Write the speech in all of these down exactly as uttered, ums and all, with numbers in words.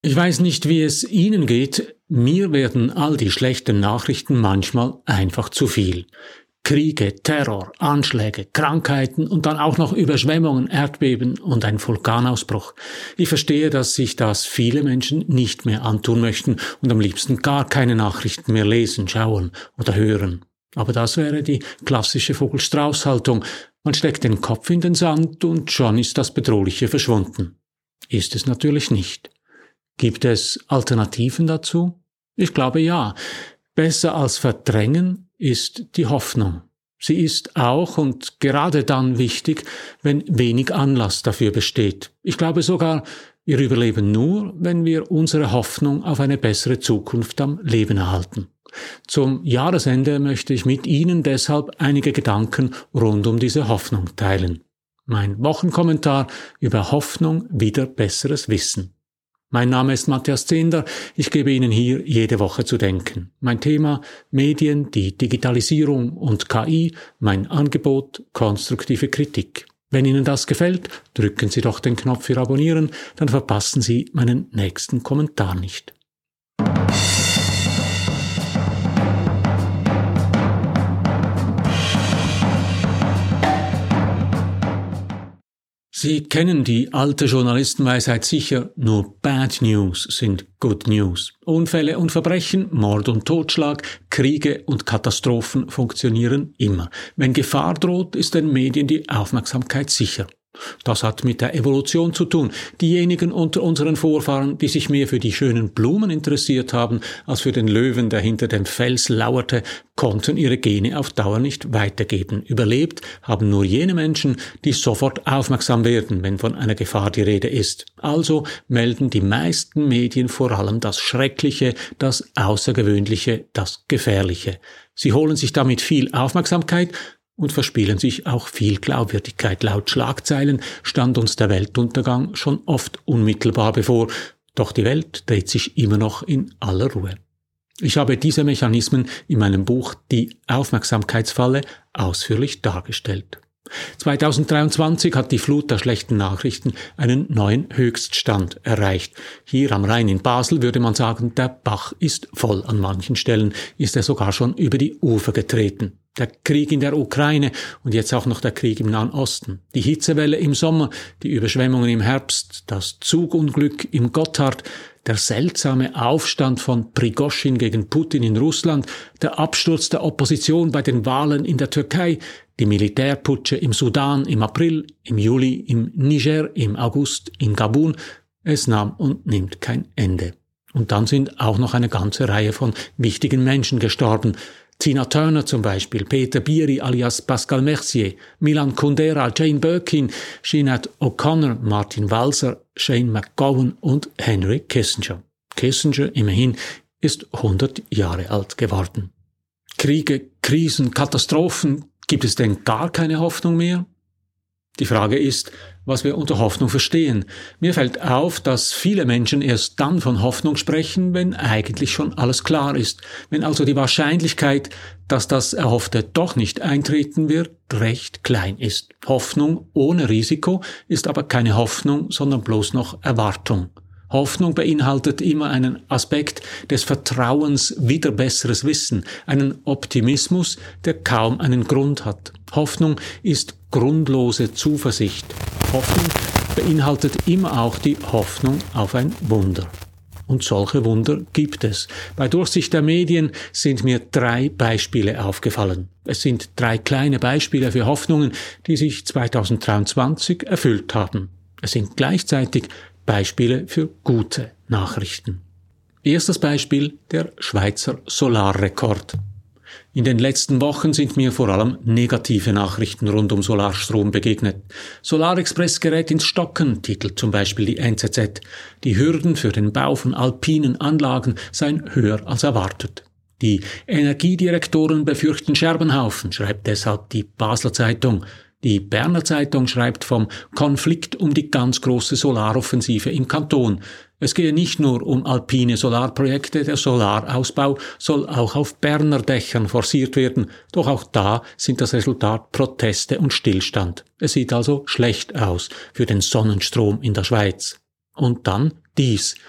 Ich weiß nicht, wie es Ihnen geht, mir werden all die schlechten Nachrichten manchmal einfach zu viel. Kriege, Terror, Anschläge, Krankheiten und dann auch noch Überschwemmungen, Erdbeben und ein Vulkanausbruch. Ich verstehe, dass sich das viele Menschen nicht mehr antun möchten und am liebsten gar keine Nachrichten mehr lesen, schauen oder hören. Aber das wäre die klassische Vogel-Strauß-Haltung. Man steckt den Kopf in den Sand und schon ist das Bedrohliche verschwunden. Ist es natürlich nicht. Gibt es Alternativen dazu? Ich glaube ja. Besser als Verdrängen ist die Hoffnung. Sie ist auch und gerade dann wichtig, wenn wenig Anlass dafür besteht. Ich glaube sogar, wir überleben nur, wenn wir unsere Hoffnung auf eine bessere Zukunft am Leben erhalten. Zum Jahresende möchte ich mit Ihnen deshalb einige Gedanken rund um diese Hoffnung teilen. Mein Wochenkommentar über Hoffnung wider besseres Wissen. Mein Name ist Matthias Zehnder, ich gebe Ihnen hier jede Woche zu denken. Mein Thema Medien, die Digitalisierung und K I, mein Angebot konstruktive Kritik. Wenn Ihnen das gefällt, drücken Sie doch den Knopf für Abonnieren, dann verpassen Sie meinen nächsten Kommentar nicht. Sie kennen die alte Journalistenweisheit sicher, nur Bad News sind Good News. Unfälle und Verbrechen, Mord und Totschlag, Kriege und Katastrophen funktionieren immer. Wenn Gefahr droht, ist den Medien die Aufmerksamkeit sicher. Das hat mit der Evolution zu tun. Diejenigen unter unseren Vorfahren, die sich mehr für die schönen Blumen interessiert haben, als für den Löwen, der hinter dem Fels lauerte, konnten ihre Gene auf Dauer nicht weitergeben. Überlebt haben nur jene Menschen, die sofort aufmerksam werden, wenn von einer Gefahr die Rede ist. Also melden die meisten Medien vor allem das Schreckliche, das Außergewöhnliche, das Gefährliche. Sie holen sich damit viel Aufmerksamkeit und verspielen sich auch viel Glaubwürdigkeit. Laut Schlagzeilen stand uns der Weltuntergang schon oft unmittelbar bevor, doch die Welt dreht sich immer noch in aller Ruhe. Ich habe diese Mechanismen in meinem Buch Die Aufmerksamkeitsfalle ausführlich dargestellt. zweitausenddreiundzwanzig hat die Flut der schlechten Nachrichten einen neuen Höchststand erreicht. Hier am Rhein in Basel würde man sagen, der Bach ist voll. An manchen Stellen ist er sogar schon über die Ufer getreten. Der Krieg in der Ukraine und jetzt auch noch der Krieg im Nahen Osten. Die Hitzewelle im Sommer, die Überschwemmungen im Herbst, das Zugunglück im Gotthard, der seltsame Aufstand von Prigoschin gegen Putin in Russland, der Absturz der Opposition bei den Wahlen in der Türkei, die Militärputsche im Sudan im April, im Juli im Niger, im August in Gabun. Es nahm und nimmt kein Ende. Und dann sind auch noch eine ganze Reihe von wichtigen Menschen gestorben. Tina Turner zum Beispiel, Peter Bieri alias Pascal Mercier, Milan Kundera, Jane Birkin, Sinead O'Connor, Martin Walser, Shane McGowan und Henry Kissinger. Kissinger, immerhin, ist hundert Jahre alt geworden. Kriege, Krisen, Katastrophen, gibt es denn gar keine Hoffnung mehr? Die Frage ist, was wir unter Hoffnung verstehen. Mir fällt auf, dass viele Menschen erst dann von Hoffnung sprechen, wenn eigentlich schon alles klar ist. Wenn also die Wahrscheinlichkeit, dass das Erhoffte doch nicht eintreten wird, recht klein ist. Hoffnung ohne Risiko ist aber keine Hoffnung, sondern bloß noch Erwartung. Hoffnung beinhaltet immer einen Aspekt des Vertrauens wider besseres Wissen, einen Optimismus, der kaum einen Grund hat. Hoffnung ist grundlose Zuversicht. Hoffnung beinhaltet immer auch die Hoffnung auf ein Wunder. Und solche Wunder gibt es. Bei Durchsicht der Medien sind mir drei Beispiele aufgefallen. Es sind drei kleine Beispiele für Hoffnungen, die sich zweitausenddreiundzwanzig erfüllt haben. Es sind gleichzeitig Beispiele für gute Nachrichten. Erstes Beispiel, der Schweizer Solarrekord. In den letzten Wochen sind mir vor allem negative Nachrichten rund um Solarstrom begegnet. Solarexpress gerät ins Stocken, titelt zum Beispiel die N Z Z. Die Hürden für den Bau von alpinen Anlagen seien höher als erwartet. Die Energiedirektoren befürchten Scherbenhaufen, schreibt deshalb die Basler Zeitung. Die Berner Zeitung schreibt vom Konflikt um die ganz große Solaroffensive im Kanton. Es gehe nicht nur um alpine Solarprojekte, der Solarausbau soll auch auf Berner Dächern forciert werden. Doch auch da sind das Resultat Proteste und Stillstand. Es sieht also schlecht aus für den Sonnenstrom in der Schweiz. Und dann dies.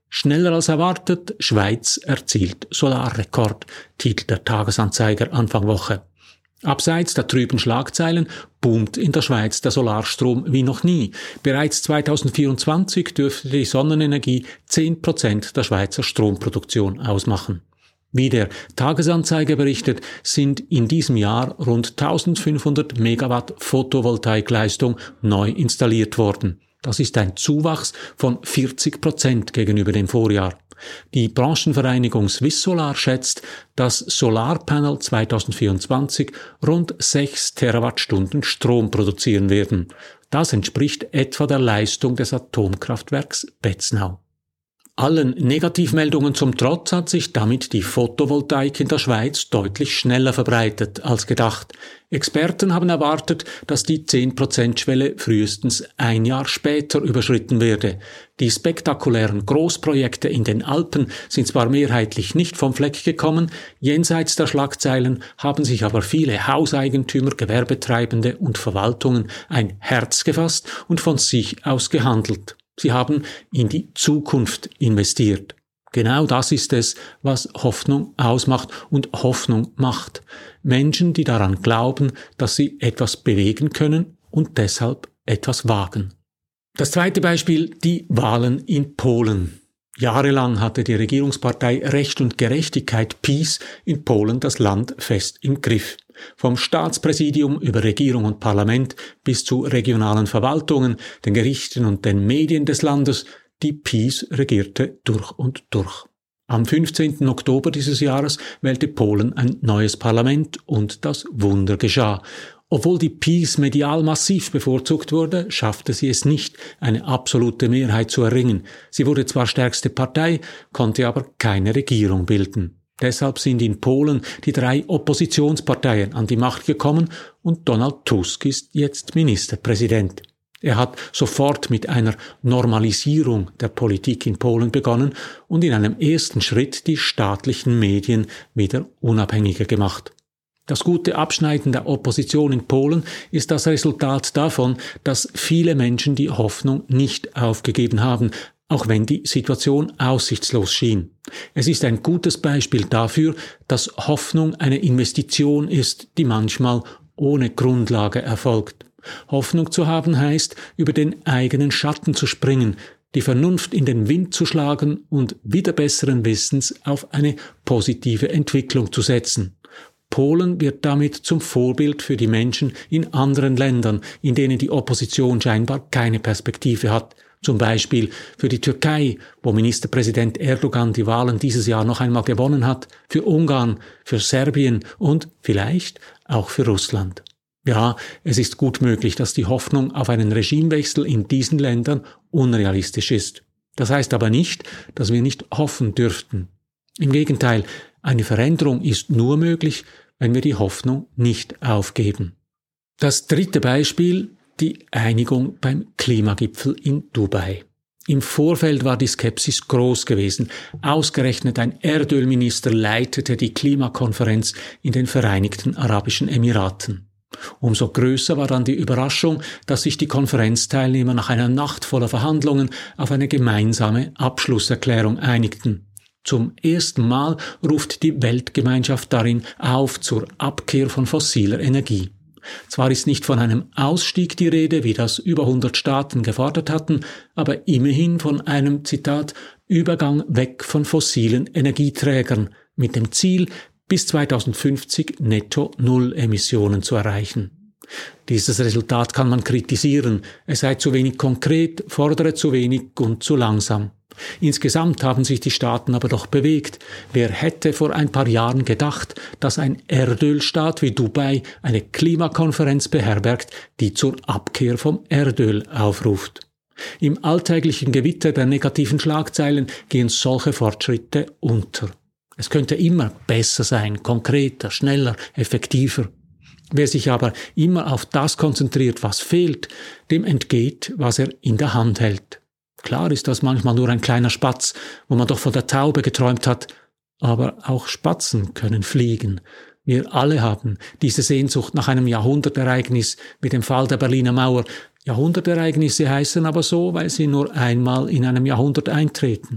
Schneller als erwartet, Schweiz erzielt Solarrekord, titelt der Tagesanzeiger Anfang Woche. Abseits der trüben Schlagzeilen boomt in der Schweiz der Solarstrom wie noch nie. Bereits zweitausendvierundzwanzig dürfte die Sonnenenergie zehn Prozent der Schweizer Stromproduktion ausmachen. Wie der Tagesanzeiger berichtet, sind in diesem Jahr rund eintausendfünfhundert Megawatt Photovoltaikleistung neu installiert worden. Das ist ein Zuwachs von vierzig Prozent gegenüber dem Vorjahr. Die Branchenvereinigung Swissolar schätzt, dass Solarpanel zweitausendvierundzwanzig rund sechs Terawattstunden Strom produzieren werden. Das entspricht etwa der Leistung des Atomkraftwerks Betznau. Allen Negativmeldungen zum Trotz hat sich damit die Photovoltaik in der Schweiz deutlich schneller verbreitet als gedacht. Experten haben erwartet, dass die zehn Prozent Schwelle frühestens ein Jahr später überschritten werde. Die spektakulären Großprojekte in den Alpen sind zwar mehrheitlich nicht vom Fleck gekommen, jenseits der Schlagzeilen haben sich aber viele Hauseigentümer, Gewerbetreibende und Verwaltungen ein Herz gefasst und von sich aus gehandelt. Sie haben in die Zukunft investiert. Genau das ist es, was Hoffnung ausmacht und Hoffnung macht. Menschen, die daran glauben, dass sie etwas bewegen können und deshalb etwas wagen. Das zweite Beispiel, die Wahlen in Polen. Jahrelang hatte die Regierungspartei Recht und Gerechtigkeit PiS in Polen das Land fest im Griff. Vom Staatspräsidium über Regierung und Parlament bis zu regionalen Verwaltungen, den Gerichten und den Medien des Landes, die PiS regierte durch und durch. Am fünfzehnten Oktober dieses Jahres wählte Polen ein neues Parlament und das Wunder geschah. Obwohl die PiS medial massiv bevorzugt wurde, schaffte sie es nicht, eine absolute Mehrheit zu erringen. Sie wurde zwar stärkste Partei, konnte aber keine Regierung bilden. Deshalb sind in Polen die drei Oppositionsparteien an die Macht gekommen und Donald Tusk ist jetzt Ministerpräsident. Er hat sofort mit einer Normalisierung der Politik in Polen begonnen und in einem ersten Schritt die staatlichen Medien wieder unabhängiger gemacht. Das gute Abschneiden der Opposition in Polen ist das Resultat davon, dass viele Menschen die Hoffnung nicht aufgegeben haben, auch wenn die Situation aussichtslos schien. Es ist ein gutes Beispiel dafür, dass Hoffnung eine Investition ist, die manchmal ohne Grundlage erfolgt. Hoffnung zu haben heißt, über den eigenen Schatten zu springen, die Vernunft in den Wind zu schlagen und wieder besseren Wissens auf eine positive Entwicklung zu setzen. Polen wird damit zum Vorbild für die Menschen in anderen Ländern, in denen die Opposition scheinbar keine Perspektive hat. Zum Beispiel für die Türkei, wo Ministerpräsident Erdogan die Wahlen dieses Jahr noch einmal gewonnen hat, für Ungarn, für Serbien und vielleicht auch für Russland. Ja, es ist gut möglich, dass die Hoffnung auf einen Regimewechsel in diesen Ländern unrealistisch ist. Das heißt aber nicht, dass wir nicht hoffen dürften. Im Gegenteil, eine Veränderung ist nur möglich, wenn wir die Hoffnung nicht aufgeben. Das dritte Beispiel, die Einigung beim Klimagipfel in Dubai. Im Vorfeld war die Skepsis groß gewesen. Ausgerechnet ein Erdölminister leitete die Klimakonferenz in den Vereinigten Arabischen Emiraten. Umso größer war dann die Überraschung, dass sich die Konferenzteilnehmer nach einer Nacht voller Verhandlungen auf eine gemeinsame Abschlusserklärung einigten. Zum ersten Mal ruft die Weltgemeinschaft darin auf zur Abkehr von fossiler Energie. Zwar ist nicht von einem Ausstieg die Rede, wie das über hundert Staaten gefordert hatten, aber immerhin von einem, Zitat, Übergang weg von fossilen Energieträgern mit dem Ziel, bis zweitausendfünfzig netto Null Emissionen zu erreichen. Dieses Resultat kann man kritisieren. Es sei zu wenig konkret, fordere zu wenig und zu langsam. Insgesamt haben sich die Staaten aber doch bewegt. Wer hätte vor ein paar Jahren gedacht, dass ein Erdölstaat wie Dubai eine Klimakonferenz beherbergt, die zur Abkehr vom Erdöl aufruft? Im alltäglichen Gewitter der negativen Schlagzeilen gehen solche Fortschritte unter. Es könnte immer besser sein, konkreter, schneller, effektiver. Wer sich aber immer auf das konzentriert, was fehlt, dem entgeht, was er in der Hand hält. Klar ist das manchmal nur ein kleiner Spatz, wo man doch von der Taube geträumt hat, aber auch Spatzen können fliegen. Wir alle haben diese Sehnsucht nach einem Jahrhundertereignis mit dem Fall der Berliner Mauer. Jahrhundertereignisse heißen aber so, weil sie nur einmal in einem Jahrhundert eintreten.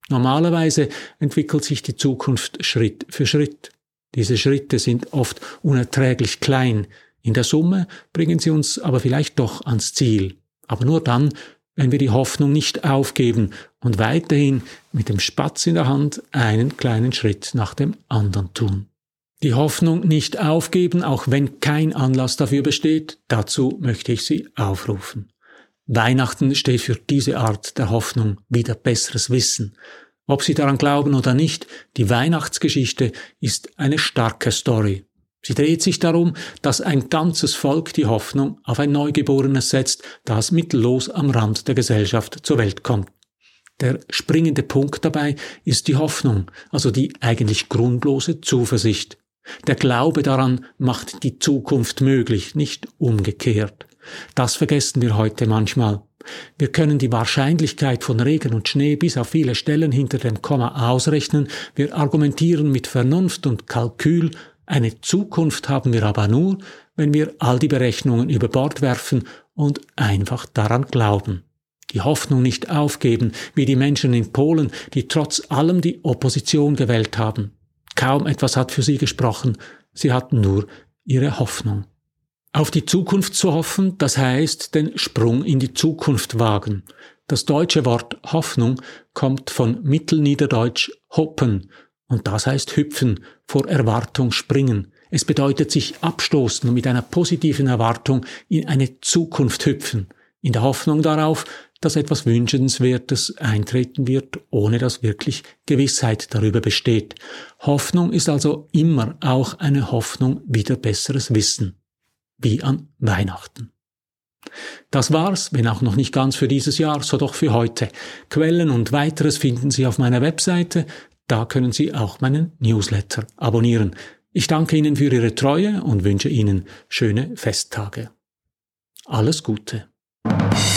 Normalerweise entwickelt sich die Zukunft Schritt für Schritt. Diese Schritte sind oft unerträglich klein. In der Summe bringen sie uns aber vielleicht doch ans Ziel. Aber nur dann, wenn wir die Hoffnung nicht aufgeben und weiterhin mit dem Spatz in der Hand einen kleinen Schritt nach dem anderen tun. Die Hoffnung nicht aufgeben, auch wenn kein Anlass dafür besteht, dazu möchte ich Sie aufrufen. Weihnachten steht für diese Art der Hoffnung wieder besseres Wissen. Ob Sie daran glauben oder nicht, die Weihnachtsgeschichte ist eine starke Story. Sie dreht sich darum, dass ein ganzes Volk die Hoffnung auf ein Neugeborenes setzt, das mittellos am Rand der Gesellschaft zur Welt kommt. Der springende Punkt dabei ist die Hoffnung, also die eigentlich grundlose Zuversicht. Der Glaube daran macht die Zukunft möglich, nicht umgekehrt. Das vergessen wir heute manchmal. Wir können die Wahrscheinlichkeit von Regen und Schnee bis auf viele Stellen hinter dem Komma ausrechnen. Wir argumentieren mit Vernunft und Kalkül. Eine Zukunft haben wir aber nur, wenn wir all die Berechnungen über Bord werfen und einfach daran glauben. Die Hoffnung nicht aufgeben, wie die Menschen in Polen, die trotz allem die Opposition gewählt haben. Kaum etwas hat für sie gesprochen, sie hatten nur ihre Hoffnung. Auf die Zukunft zu hoffen, das heißt, den Sprung in die Zukunft wagen. Das deutsche Wort Hoffnung kommt von Mittelniederdeutsch hoppen, und das heißt hüpfen, vor Erwartung springen. Es bedeutet sich abstoßen und mit einer positiven Erwartung in eine Zukunft hüpfen, in der Hoffnung darauf, dass etwas Wünschenswertes eintreten wird, ohne dass wirklich Gewissheit darüber besteht. Hoffnung ist also immer auch eine Hoffnung wider besseres Wissen, wie an Weihnachten. Das war's, wenn auch noch nicht ganz für dieses Jahr, so doch für heute. Quellen und weiteres finden Sie auf meiner Webseite. Da können Sie auch meinen Newsletter abonnieren. Ich danke Ihnen für Ihre Treue und wünsche Ihnen schöne Festtage. Alles Gute.